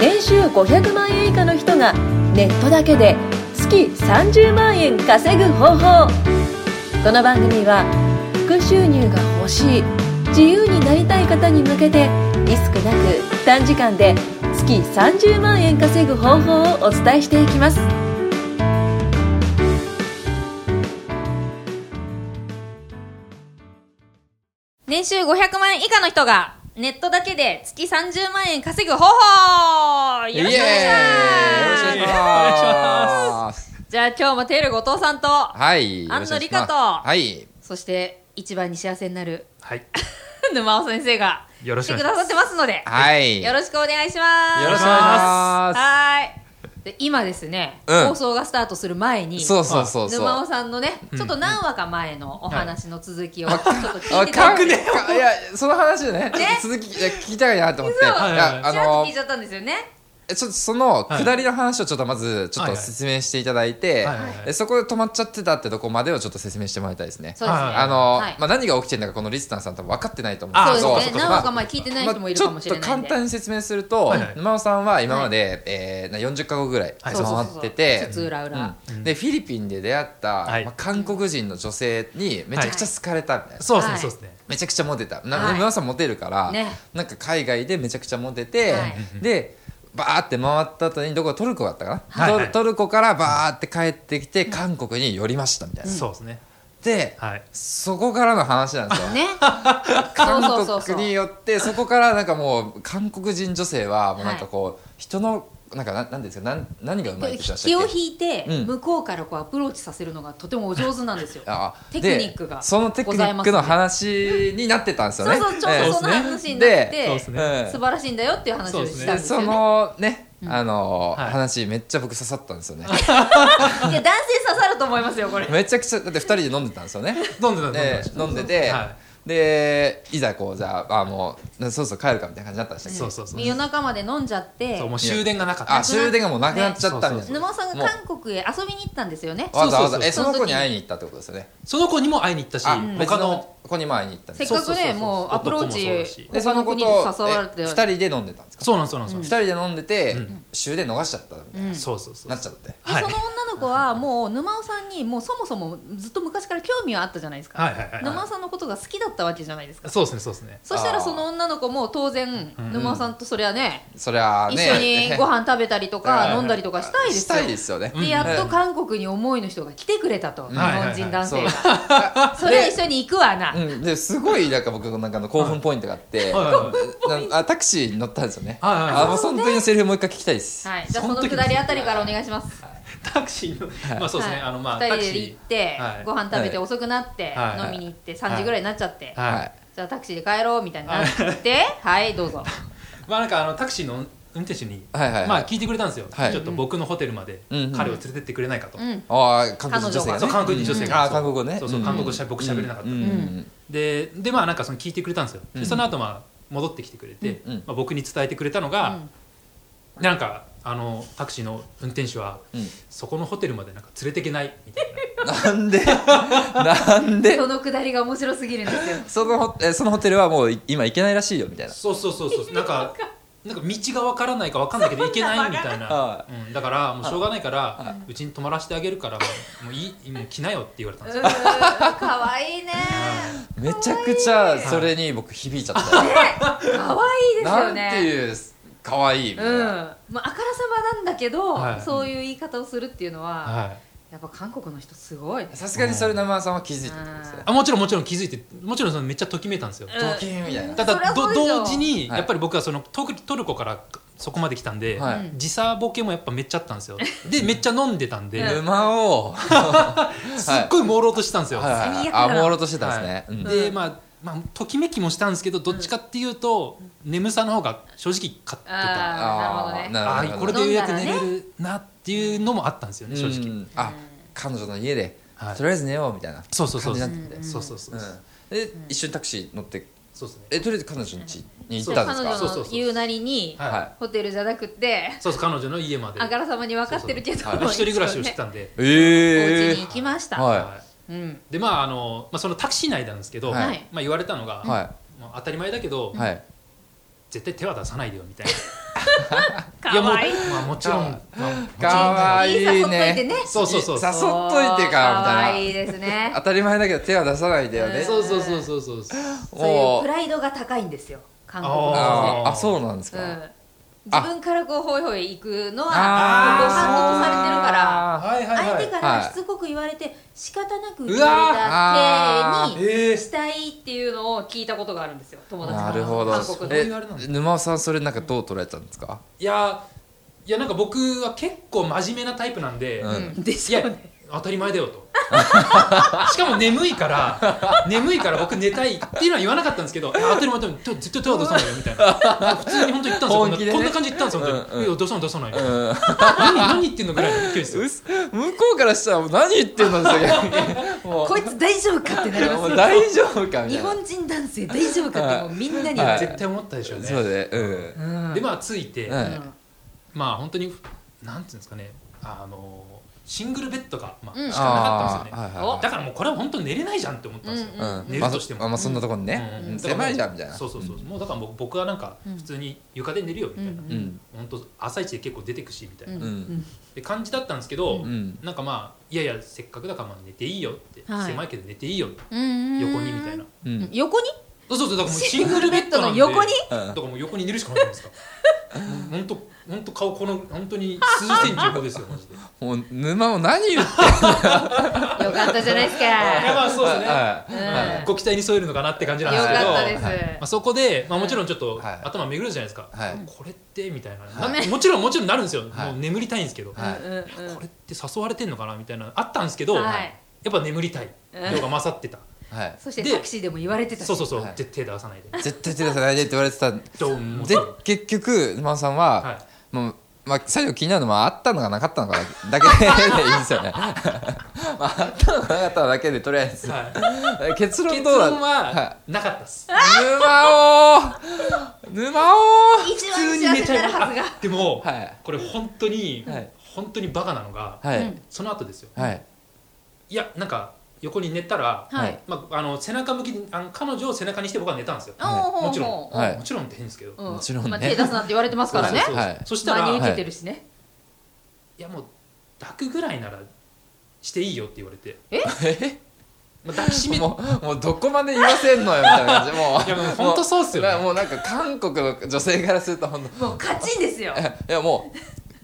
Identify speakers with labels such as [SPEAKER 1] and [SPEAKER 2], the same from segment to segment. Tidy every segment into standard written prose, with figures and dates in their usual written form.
[SPEAKER 1] 年収500万円以下の人がネットだけで月30万円稼ぐ方法。この番組は副収入が欲しい、自由になりたい方に向けてリスクなく短時間で月30万円稼ぐ方法をお伝えしていきます。
[SPEAKER 2] 年収500万円以下の人がネットだけで月30万円稼ぐ方法。よろしくお願いします。
[SPEAKER 3] よろしくお願いします。
[SPEAKER 2] じゃあ今日もテール後藤さんと、
[SPEAKER 3] はい、
[SPEAKER 2] 安野理香と、
[SPEAKER 3] はい、
[SPEAKER 2] そして一番に幸せになる、
[SPEAKER 4] はい、
[SPEAKER 2] 沼尾先生が来てくださってますので、
[SPEAKER 3] はい、
[SPEAKER 2] よろしくお願いします。
[SPEAKER 3] よろしくお願いします。
[SPEAKER 2] はい。で今ですね、放送がスタートする前に
[SPEAKER 3] そう
[SPEAKER 2] 沼尾さんのね、ちょっと何話か前のお話の続きをちょっと聞いてたんですよ。
[SPEAKER 3] いや、その話をね、続き聞きたいなと思って、ちら
[SPEAKER 2] っと聞いちゃったんですよね。
[SPEAKER 3] ちょっとその下りの話をちょっとまずちょっと説明していただいて、そこで止まっちゃってたってとこまでをちょっと説明してもらいたいですね。
[SPEAKER 2] そうですね。
[SPEAKER 3] 何が起きてるのかこのリスナーさん多分分かってないと思うんですけど、
[SPEAKER 2] そうですね。何話か前聞いてない人もいるかもしれないんで、
[SPEAKER 3] ちょっと簡単に説明すると、沼尾さんは今まで40カ国ぐらい回ってて、でフィリピンで出会った韓国人の女性にめちゃくちゃ好かれたみたいな。
[SPEAKER 4] そうですね、そうですね。
[SPEAKER 3] めちゃくちゃモテた。沼尾さんモテるからなんか海外でめちゃくちゃモテて、でバーって回った後にどこトルコだったかな、トルコからバーって帰ってきて韓国に寄りましたみたいな。
[SPEAKER 4] そうですね。
[SPEAKER 3] で、そこからの話なんですよ
[SPEAKER 2] ね。
[SPEAKER 3] 韓国によってそこからなんかもう韓国人女性はもうなんかこう人のなんか何ですか、何がうまいって言ってましたっけ。
[SPEAKER 2] 気を引いて向こうからこうアプローチさせるのがとてもお上手なんですよ。テクニックが
[SPEAKER 3] そのテクニックの話になってたんですよね。
[SPEAKER 2] そうちょっとその話になって素晴らしいんだよっていう話をしたんですよね。
[SPEAKER 3] そのね話めっちゃ僕刺さったんですよね。
[SPEAKER 2] いや男性刺さると思いますよこれ。
[SPEAKER 3] めちゃくちゃだって2人で飲んでたんですよね。
[SPEAKER 4] 飲んで
[SPEAKER 3] てでいざこうじゃあもうそろそろ帰るかみたいな感じになったんですよ。
[SPEAKER 2] そう夜中まで飲んじゃって、
[SPEAKER 4] もう終電がなかった。
[SPEAKER 3] 終電がもうなくなっちゃったみたいな。
[SPEAKER 2] 沼尾さんが韓国へ遊びに行ったんですよね。
[SPEAKER 3] わざわざその子に会いに行ったってことですよね。
[SPEAKER 4] その子にも会いに行ったし、
[SPEAKER 3] 他の子にも会いに行ったんです。
[SPEAKER 2] せっかくねもうアプローチ
[SPEAKER 3] でその子と2人で飲んでたんですか。
[SPEAKER 4] そうなんです。
[SPEAKER 3] 2人で飲んでて終電逃しちゃったみたいな。
[SPEAKER 4] そう
[SPEAKER 3] なっちゃって。
[SPEAKER 2] その女の子はもう沼尾さんにもうそもそもずっと昔から興味はあったじゃないですか。沼尾さんのことが好きだったわけじゃないですか。
[SPEAKER 4] そうですね。
[SPEAKER 2] そしたらその女の子も当然沼尾さんとそりゃね一緒にご飯食べたりとか飲んだりとかしたいですよ。
[SPEAKER 3] したいですよね。
[SPEAKER 2] でやっと韓国に思いの人が来てくれたと、日本人男性が。それは一緒に行くわな。
[SPEAKER 3] ですごいなんか僕なんかの興奮ポイントがあってタクシーに乗ったんですよね。その時のセリフもう一回聞きたいです。
[SPEAKER 2] じゃあそのくだりあたりからお願いします。
[SPEAKER 4] タクシーのそうですね。
[SPEAKER 2] 2人で行ってご飯食べて遅くなって飲みに行って3時ぐらいになっちゃって、じゃあタクシーで帰ろうみたいになってはいどうぞ。
[SPEAKER 4] なんかタクシーの運転手に聞いてくれたんですよ。ちょっと僕のホテルまで彼を連れてってくれないかと。
[SPEAKER 3] 韓国女性がね。
[SPEAKER 4] 韓国女性が
[SPEAKER 3] 韓国語ね。
[SPEAKER 4] 韓国語僕喋れなかった。でなんかその聞いてくれたんですよ。その後戻ってきてくれて僕に伝えてくれたのがなんかタクシーの運転手はそこのホテルまでなんか連れていけないみたいな。
[SPEAKER 3] なんで
[SPEAKER 2] そのくだりが面白すぎるんですよ。
[SPEAKER 3] そのホテルはもう今行けないらしいよみたいな。
[SPEAKER 4] そうなんか道が分からないか分かんないけど行けないみたいな。だからもうしょうがないからうちに泊まらせてあげるからもう来なよって言われたんですよ。
[SPEAKER 2] かわいいね。
[SPEAKER 3] めちゃくちゃそれに僕響いちゃった。
[SPEAKER 2] かわいいですよね。
[SPEAKER 3] なんていうかわいいみたいな。
[SPEAKER 2] あからさまなんだけどそういう言い方をするっていうのはやっぱ韓国の人すごい。
[SPEAKER 3] さすがにそれ沼尾さんは気づいてるんですよ。
[SPEAKER 4] もちろん気づいて、もちろんめっちゃときめいたんですよ。
[SPEAKER 3] ドキンみたいな。
[SPEAKER 4] ただ同時にやっぱり僕はそのトルコからそこまで来たんで時差ボケもやっぱめっちゃあったんですよ。でめっちゃ飲んでたんで
[SPEAKER 3] 沼尾
[SPEAKER 4] すっごい朦朧としてたんですよ。
[SPEAKER 3] 朦朧としてたんですね。
[SPEAKER 4] でときめきもしたんですけどどっちかっていうと眠さの方が正直勝ってた。
[SPEAKER 2] なるほどね。
[SPEAKER 4] これでようやく寝れるなっていうのもあったんですよね正直。
[SPEAKER 3] 彼女の家でとりあえず寝ようみたいな感じになってて、で一緒にタクシー乗って、とりあえず彼女の家に行ったんですか。
[SPEAKER 2] 彼女の言うなりにホテルじゃなくて
[SPEAKER 4] 彼女の家まで
[SPEAKER 2] あからさまに分かってるけど
[SPEAKER 4] 一人暮らしをしてたんで
[SPEAKER 2] お家に行きました。
[SPEAKER 4] でそのタクシー内なんですけど言われたのが当たり前だけど絶対手は出さないでよみたいな。
[SPEAKER 2] かわいい。
[SPEAKER 4] まあもちろん
[SPEAKER 3] かわいいね。
[SPEAKER 2] そう
[SPEAKER 3] 誘っといてかみたいな。か
[SPEAKER 2] わいいですね。
[SPEAKER 3] 当たり前だけど手は出さないでよね。
[SPEAKER 4] そう
[SPEAKER 2] そういうプライドが高いんですよ、韓国人。
[SPEAKER 3] あ、そうなんですか。
[SPEAKER 2] 自分からこうホイホイ行くのは反応とされてるから、相手からしつこく言われて仕方なく受け入れた手にしたいっていうのを聞いたことがあるんですよ、友達から。
[SPEAKER 3] なるほど。
[SPEAKER 2] 韓国
[SPEAKER 3] で沼尾さんそれなんかどう捉えたんですか。
[SPEAKER 4] いやなんか僕は結構真面目なタイプなんで、
[SPEAKER 2] ですよね、
[SPEAKER 4] 当たり前だよとしかも眠いから僕寝たいっていうのは言わなかったんですけど、当たり前だよ絶対手は出さないよみたいな普通に本当に言ったんですよ。こんな感じで言ったんですよ、本当に。出さない何言ってんのぐらいの勢いですよ。
[SPEAKER 3] 向こうからしたら何言ってんのですよ。
[SPEAKER 2] こいつ大丈夫かってなりますよ。
[SPEAKER 3] 大丈夫かみたいな。
[SPEAKER 2] 日本人男性大丈夫かってもうみんなに
[SPEAKER 4] 絶対思ったでしょうね。
[SPEAKER 3] そうで、
[SPEAKER 4] でまあついて、まあ本当になんていうんですかね、シングルベッドがしかなかったんですよね。だからもうこれは本当に寝れないじゃんって思ったんですよ。寝るとしても。
[SPEAKER 3] そんなところにね、狭いじゃんみたいな。
[SPEAKER 4] そう。もうだから僕はなんか普通に床で寝るよみたいな。本当朝一で結構出てくしみたいなで感じだったんですけど、なんかまあいやせっかくだからまあ寝ていいよって、狭いけど寝ていいよ横にみたいな。
[SPEAKER 2] 横に？
[SPEAKER 4] そうだからもうシングルベッドの
[SPEAKER 2] 横に？
[SPEAKER 4] だからもう横に寝るしかないじゃないですか。本当顔この本当に数センチ横ですよマジで。
[SPEAKER 3] もう沼を何言って
[SPEAKER 2] よかったじゃないですか。
[SPEAKER 4] いやまあそうですね。ご期待に添えるのかなって感じなんですけど。
[SPEAKER 2] よかったです。
[SPEAKER 4] まあそこでもちろんちょっと頭巡るじゃないですか。これってみたいな。もちろんなるんですよ。もう眠りたいんですけど。これって誘われてんのかなみたいなあったんですけど、やっぱ眠りたいのが勝ってた。
[SPEAKER 2] そしてタクシーでも言われてた。
[SPEAKER 4] そう絶対出さないで。
[SPEAKER 3] 絶対手出さないでって言われてた。で結局沼尾さんはもう。まあ、最後気になるのはあったのかなかったのかだけでいいんですよね。まあ、あったのかなかったのだけでとりあえず、結論どうだ。
[SPEAKER 4] 結論はなかったです。
[SPEAKER 3] 沼尾
[SPEAKER 2] 普通に寝ちゃうはずが。
[SPEAKER 4] でも、これ本当にバカなのが、その後ですよ。いやなんか横に寝たら、背中向きに彼女を背中にして僕は寝たんですよ。もちろんって変ですけど、
[SPEAKER 3] もちろんね、
[SPEAKER 2] 手出すなって言われてますからね。
[SPEAKER 4] そしたら
[SPEAKER 2] 真に受けてるしね。
[SPEAKER 4] いやもう抱くぐらいならしていいよって言われて、
[SPEAKER 3] 抱きしめもうどこまで言わせんのよみたいな感じ。もう
[SPEAKER 4] いやもう本当そうっすよね。
[SPEAKER 3] もうなんか韓国の女性からすると本当
[SPEAKER 2] もうカチンですよ。
[SPEAKER 3] いやもう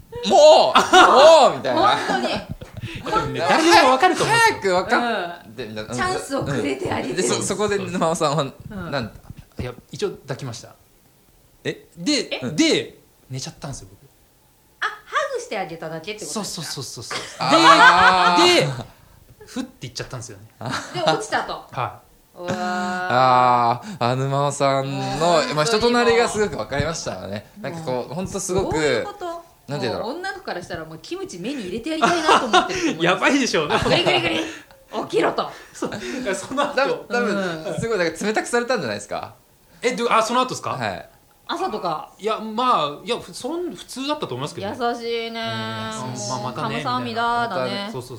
[SPEAKER 3] みたいな。
[SPEAKER 2] 本当に。
[SPEAKER 4] 誰でも分かると思う。
[SPEAKER 3] 早く分かって
[SPEAKER 2] チャンスをくれてあげて。
[SPEAKER 3] そこで沼尾さんはなん
[SPEAKER 4] いや一応抱きました。で寝ちゃったんですよ僕。
[SPEAKER 2] ハグしてあげただけってことですか？
[SPEAKER 4] そうでふっていっちゃったんですよね。
[SPEAKER 2] で落ちたと。
[SPEAKER 3] 沼尾さんの人となりがすごく分かりましたね。なんかこう本当すごくなんていうんだろう、
[SPEAKER 2] 女の子からしたらもうキムチ目に入れてやりたいなと思ってると思います。
[SPEAKER 4] やばいでしょうね。
[SPEAKER 2] グリグリグリ起きろと。
[SPEAKER 4] その後
[SPEAKER 3] 多分すごいなんか冷たくされたんじゃないですか。
[SPEAKER 4] その後ですか？
[SPEAKER 3] はい。
[SPEAKER 2] 朝とか。
[SPEAKER 4] いや普通だったと思いますけど。
[SPEAKER 2] 優しいね。
[SPEAKER 4] またね。
[SPEAKER 2] カムサミダだね。
[SPEAKER 4] そう。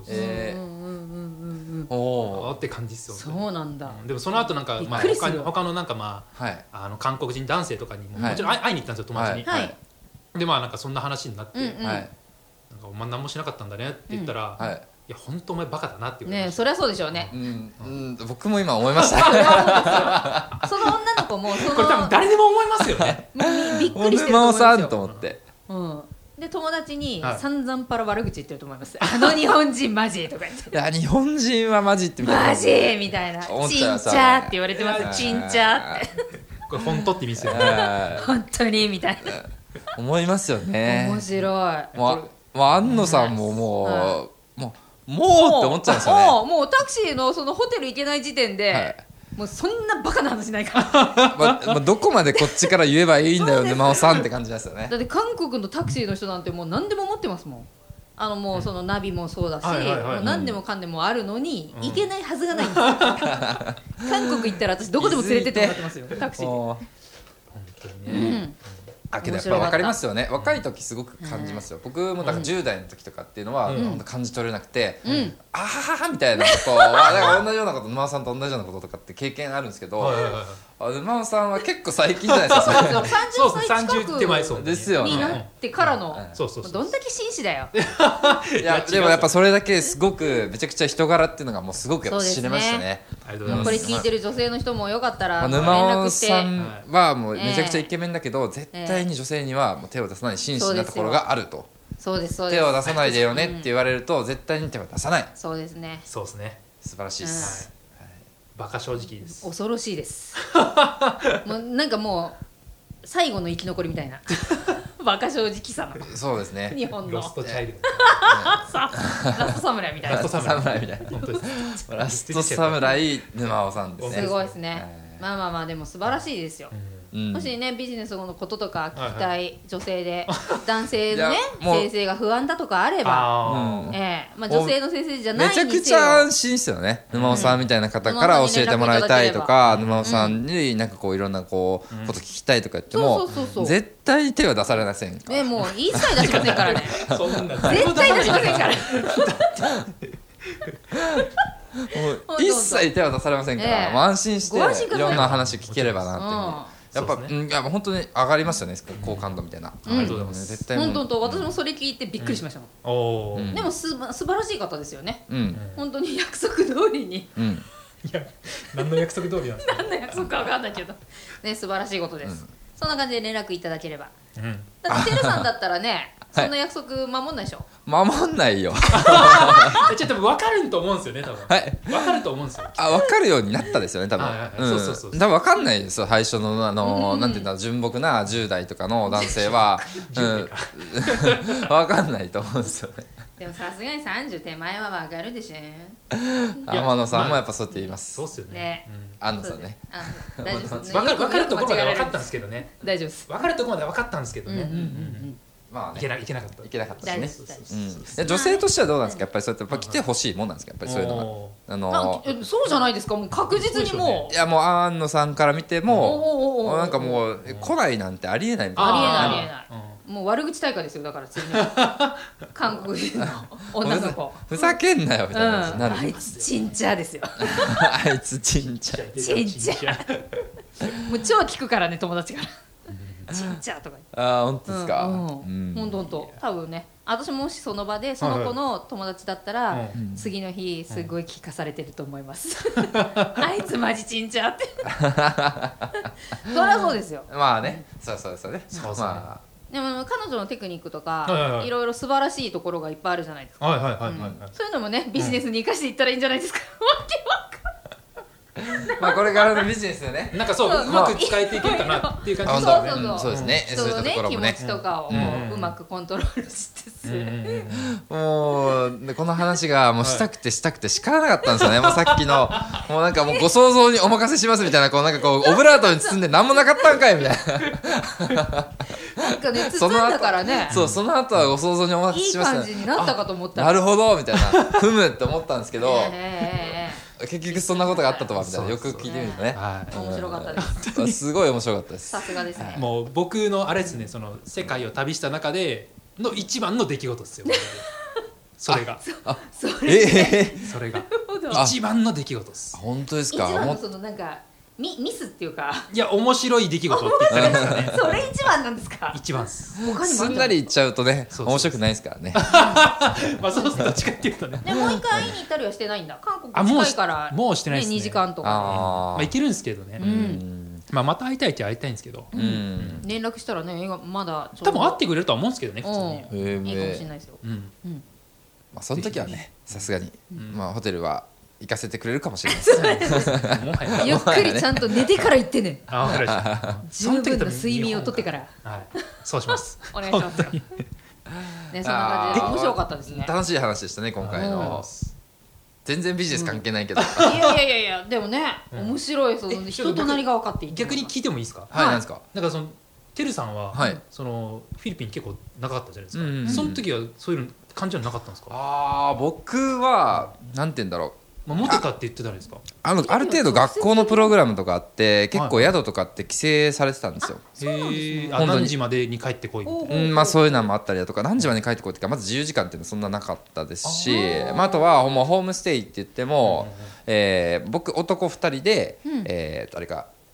[SPEAKER 4] って感じですよ。
[SPEAKER 2] そうなんだ。
[SPEAKER 4] でもその後なんか他のなんか韓国人男性とかにももちろん会いに行ったんですよ友達に。でなんかそんな話になってなんかお前何もしなかったんだねって言ったら、いや本当お前バカだなって言われました。
[SPEAKER 2] ね、そりゃそうでしょうね。
[SPEAKER 3] 僕も今思いました。
[SPEAKER 2] その女の子も
[SPEAKER 4] これ多分誰でも思いますよね。
[SPEAKER 2] びっくりしてると思いますよ。
[SPEAKER 3] 沼尾さんと思って。
[SPEAKER 2] で友達に散々パラ悪口言ってると思います。日本人マジとか言って。
[SPEAKER 3] いや日本人はマジってみたいな。
[SPEAKER 2] マジみたいな。チンチャーって言われてます。チンチャーって。
[SPEAKER 4] これ本当って意味ですよね。
[SPEAKER 2] 本当にみたいな。
[SPEAKER 3] 思いますよね。
[SPEAKER 2] 面白い。
[SPEAKER 3] 安野さんももうって思っちゃうんですよね。
[SPEAKER 2] もうタクシーのそのホテル行けない時点で、もうそんなバカな話ないから。
[SPEAKER 3] どこまでこっちから言えばいいんだよ沼尾さんって感じですよね。
[SPEAKER 2] だって韓国のタクシーの人なんてもう何でも持ってますもん。もうそのナビもそうだし、もう何でもかんでもあるのに行けないはずがないんですよ。韓国行ったら私どこでも連れてってもらってますよタクシーで。
[SPEAKER 4] 本当にね。
[SPEAKER 3] けどやっぱ分かりますよね。若い時すごく感じますよ。僕もだから10代の時とかっていうのは本当感じ取れなくて、あーみたいなことはだから同じようなこと沼尾さんと同じようなこととかって経験あるんですけど、 沼尾さんは結構最近じゃないですか。
[SPEAKER 2] 30歳近く
[SPEAKER 4] 手前そう
[SPEAKER 3] ですよね。
[SPEAKER 2] になってからの、
[SPEAKER 4] そう
[SPEAKER 2] どんだけ紳士だよ。
[SPEAKER 3] いやでもやっぱそれだけすごくめちゃくちゃ人柄っていうのがもうすごくやっぱ知れましたね。
[SPEAKER 4] ありがとうございます。
[SPEAKER 2] これ聞いてる女性の人もよかったら連
[SPEAKER 3] 沼尾
[SPEAKER 2] 絡して。
[SPEAKER 3] さんはもうめちゃくちゃイケメンだけど、絶対に女性にはもう手を出さない紳士なところがあると。
[SPEAKER 2] そうですそうです。
[SPEAKER 3] 手を出さないでよねって言われると絶対に手を出さない。
[SPEAKER 2] そうですね。
[SPEAKER 4] そうですね。
[SPEAKER 3] 素晴らしいです。
[SPEAKER 4] バカ正直です。
[SPEAKER 2] 恐ろしいです。もうなんかもう最後の生き残りみたいなバカ正直さの。
[SPEAKER 3] そうですね。
[SPEAKER 2] 日本の
[SPEAKER 4] ロストチャイルド。
[SPEAKER 2] ラストサムライみたいな。
[SPEAKER 3] ラストサムライみたいな。
[SPEAKER 4] 本当です。
[SPEAKER 3] ラストサムライ沼尾さんですね。
[SPEAKER 2] すごいですね。まあでも素晴らしいですよ。もしねビジネスのこととか聞きたい女性で男性のね生成が不安だとかあれば、まあ女性の生成じゃないにせよ
[SPEAKER 3] めちゃくちゃ安心ですよね。沼尾さんみたいな方から教えてもらいたいとか、沼尾さんになんかこういろんなこうこと聞きたいとか言っても絶対に手は出されませんから。
[SPEAKER 2] もう一切出しませんからね。絶対出しませんから。
[SPEAKER 3] 一切手は出されませんから、安心していろんな話聞ければなって。やっぱやっぱ本当に上がりますよね、好感度みたいな。
[SPEAKER 4] ありがとうございます。
[SPEAKER 2] 絶対本当私もそれ聞いてびっくりしましたもん。でも素晴らしい方ですよね。本当に約束通りに。い
[SPEAKER 4] や何の約束通りなんですか。
[SPEAKER 2] 何の約束か分かんないけどね、素晴らしいことです。そんな感じで連絡いただければ。だっててるさんだったらね、そんな約束守んないでしょ。
[SPEAKER 3] 守んないよ。
[SPEAKER 4] ちょっと分かると思うんですよね、多分。分かると思うんですよ。
[SPEAKER 3] 分かるようになったですよね、多分。多分分かんないですよ、最初のなんていうんだ、純朴な10代とかの男性は分かんないと思うんですよね。
[SPEAKER 2] でもさすがに30手前は分かるでしょ。
[SPEAKER 3] 天野さんもやっぱそうやって言います。
[SPEAKER 4] そうっすよね。
[SPEAKER 3] 安野さんね。
[SPEAKER 2] 大丈夫です。
[SPEAKER 4] 分かるところまで分かったんですけどね。
[SPEAKER 2] 大丈夫です。
[SPEAKER 4] 分かるところまで分かったんですけどね。
[SPEAKER 3] まあ
[SPEAKER 4] いけなかった。
[SPEAKER 3] いけなかったですね。女性としてはどうなんですか。やっぱりそうやって来てほしいもんなんですか。やっぱりそういうのは。
[SPEAKER 2] そうじゃないですか。もう確実にもう。
[SPEAKER 3] いやもう安野さんから見てもなんかもう来ないなんてありえないみたいな。
[SPEAKER 2] ありえない。もう悪口大会ですよ。だから次の韓国人の女の子。
[SPEAKER 3] ふざけんなよみたいな。
[SPEAKER 2] あいつチンチャですよ。
[SPEAKER 3] あいつチンチャ。
[SPEAKER 2] チンチャ。もう超聞くからね、友達から。ちんちゃとか。
[SPEAKER 3] ああ本当ですか。
[SPEAKER 2] 本当多分ね。私もしその場でその子の友達だったら次の日すごい聞かされてると思います。あいつマジちんちゃって。そりゃそうですよ。
[SPEAKER 3] まあね、そうですよね。
[SPEAKER 2] まあでも彼女のテクニックとかいろいろ素晴らしいところがいっぱいあるじゃないですか。そういうのもねビジネスに生かしていったらいいんじゃないですか。
[SPEAKER 3] まあこれからのビジネスでね、
[SPEAKER 4] なんかそううまく使えていけるかなっていう感じですね。
[SPEAKER 3] そうですね。
[SPEAKER 2] 人のね気持ちとかをうまくコントロールしてする。
[SPEAKER 3] もうこの話がもうしたくて仕方なかったんですよね。もうさっきのもうなんかもうご想像にお任せしますみたいな、こうなんかこうオブラートに包んで何もなかったんかいみたいな。
[SPEAKER 2] なんかね包んだからね。
[SPEAKER 3] そうその後はご想像にお任せします。
[SPEAKER 2] いい感じになったかと思ったら。
[SPEAKER 3] なるほどみたいな、ふむって思ったんですけど。結局そんなことがあったとはみたいな、よく聞いてみるとね。
[SPEAKER 2] 面白かったです。
[SPEAKER 3] すごい面白かったです。
[SPEAKER 2] さすがですね。
[SPEAKER 4] もう僕のあれですね、その世界を旅した中での一番の出来事ですよ。それが。
[SPEAKER 2] それ
[SPEAKER 4] が一番の出来事です。
[SPEAKER 3] 本当ですか。
[SPEAKER 2] 一番のそのなんかミスっていうか。
[SPEAKER 4] いや面白い出来事って言ったらいいですかね。
[SPEAKER 2] それ一番なんですか。
[SPEAKER 4] 一番です。
[SPEAKER 3] すんなり言っちゃうとね、面白くないですからね。
[SPEAKER 4] まあそうどっちかっていうとね。
[SPEAKER 2] でもう一回会いに行ったりはしてないんだ。韓国近いから
[SPEAKER 4] もうしてないですね。
[SPEAKER 2] 2時間とか。
[SPEAKER 4] まあ行けるんですけどね。まあまた会いたいって会いたいんですけど。
[SPEAKER 2] 連絡したらね、まだ
[SPEAKER 4] 多分会ってくれるとは思うんですけどね、普通
[SPEAKER 2] に。いいかもしれないですよ。
[SPEAKER 3] まあその時はね、さすがにまあホテルは行かせてくれるかもしれないです。
[SPEAKER 2] ゆっくりちゃんと寝てから行ってね。
[SPEAKER 4] 十
[SPEAKER 2] 分な睡眠をとってから。
[SPEAKER 4] そうします。
[SPEAKER 2] お願いします。ね、そんな感じで面白かったですね。
[SPEAKER 3] 楽しい話でしたね、今回の。全然ビジネス関係ないけど。い
[SPEAKER 2] やでもね、面白い、その人となりが分かっていい。
[SPEAKER 4] 逆に聞いてもいいですか。
[SPEAKER 3] はい、なんですか。
[SPEAKER 4] なんかそのてるさんはそのフィリピン結構長かったじゃないですか。その時はそういう感じはなかったんですか。
[SPEAKER 3] 僕はなんて言うんだろう。
[SPEAKER 4] モテたって言ってたじゃないですか。
[SPEAKER 3] ある程度学校のプログラムとかあって結構宿とかって規制されてたんですよ。
[SPEAKER 4] 何時までに帰ってこいみたいな。
[SPEAKER 3] まあそういうのもあったりだとか、何時までに帰ってこいってかまず自由時間っていうのはそんななかったですし、あとはもうホームステイって言っても僕男2人であれか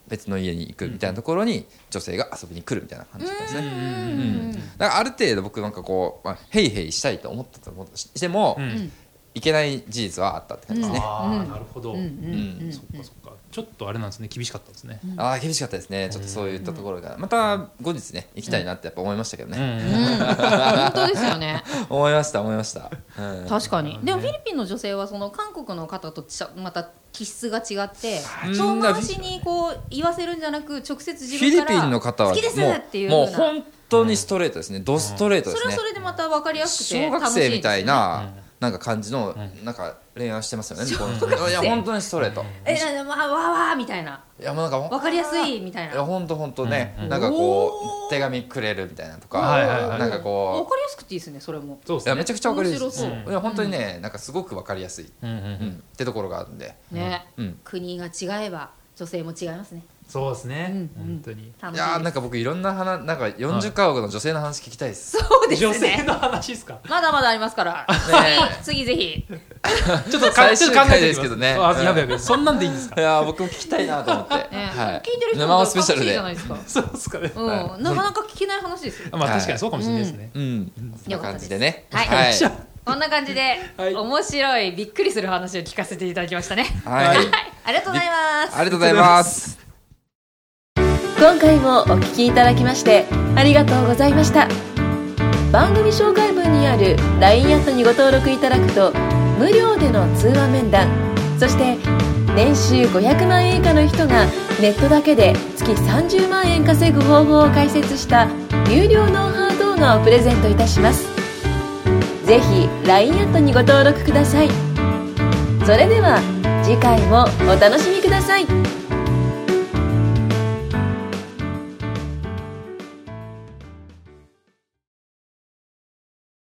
[SPEAKER 3] 別の家に行くみたいなところに女性が遊びに来るみたいな感じだったんですね。だからある程度僕なんかこう、ヘイヘイしたいと思ったと思しても、いけない事実はあったって感じですね。
[SPEAKER 4] なるほど。そっかそっか。ちょっとあれなんですね、厳しかったですね。
[SPEAKER 3] 厳しかったですね。ちょっとそういったところがまた後日ね行きたいなってやっぱ思いましたけどね。
[SPEAKER 2] 本当ですよね。
[SPEAKER 3] 思いました。
[SPEAKER 2] 確かに。でもフィリピンの女性はその韓国の方とまた気質が違って、遠回しにこう言わせるんじゃなく直接自分から
[SPEAKER 3] フィリピンの方は
[SPEAKER 2] 好きですっていう
[SPEAKER 3] もう本当にストレートですね。ドストレートですね。
[SPEAKER 2] それはそれでまた分かりやすくて
[SPEAKER 3] 小学生みたいななんか感じのなんか恋愛してますよね。いや本当にストレート。
[SPEAKER 2] わーみたいな。
[SPEAKER 3] いやもうなんか
[SPEAKER 2] 分かりやすいみたいな。
[SPEAKER 3] いや本当ね、なんかこう手紙くれるみたいなとか、なんかこ
[SPEAKER 2] う分かりやすくていいですね。それも。
[SPEAKER 3] いやめちゃくちゃ分かりやすい。いや本当にね、なんかすごく分かりやすいってところがあるんで。
[SPEAKER 2] ね、国が違えば女性も違いますね。
[SPEAKER 4] そうですね。本当に。
[SPEAKER 3] いやなんか僕いろんな話、なんか40カ国の女性の話聞きたいです。
[SPEAKER 2] そうですね。
[SPEAKER 4] 女性の話ですか。
[SPEAKER 2] まだまだありますから。次ぜひ。
[SPEAKER 3] ちょっと最終回ですけどね。
[SPEAKER 4] やべそんなんでいいんですか。
[SPEAKER 3] いや僕も聞きたいなと思って。
[SPEAKER 2] 聞いてる人もスペシャルで。
[SPEAKER 4] そうですかね。
[SPEAKER 2] なかなか聞けない話ですよ。
[SPEAKER 4] まあ確かにそうかもしれないですね。
[SPEAKER 3] こんな感じでね。
[SPEAKER 2] はい。こんな感じで面白いびっくりする話を聞かせていただきましたね。
[SPEAKER 3] はい。
[SPEAKER 2] ありがとうございます。
[SPEAKER 3] ありがとうございます。
[SPEAKER 1] 今回もお聞きいただきましてありがとうございました。番組紹介文にある LINE アットにご登録いただくと無料での通話面談、そして年収500万円以下の人がネットだけで月30万円稼ぐ方法を解説した有料ノウハウ動画をプレゼントいたします。ぜひ LINE アットにご登録ください。それでは次回もお楽しみください。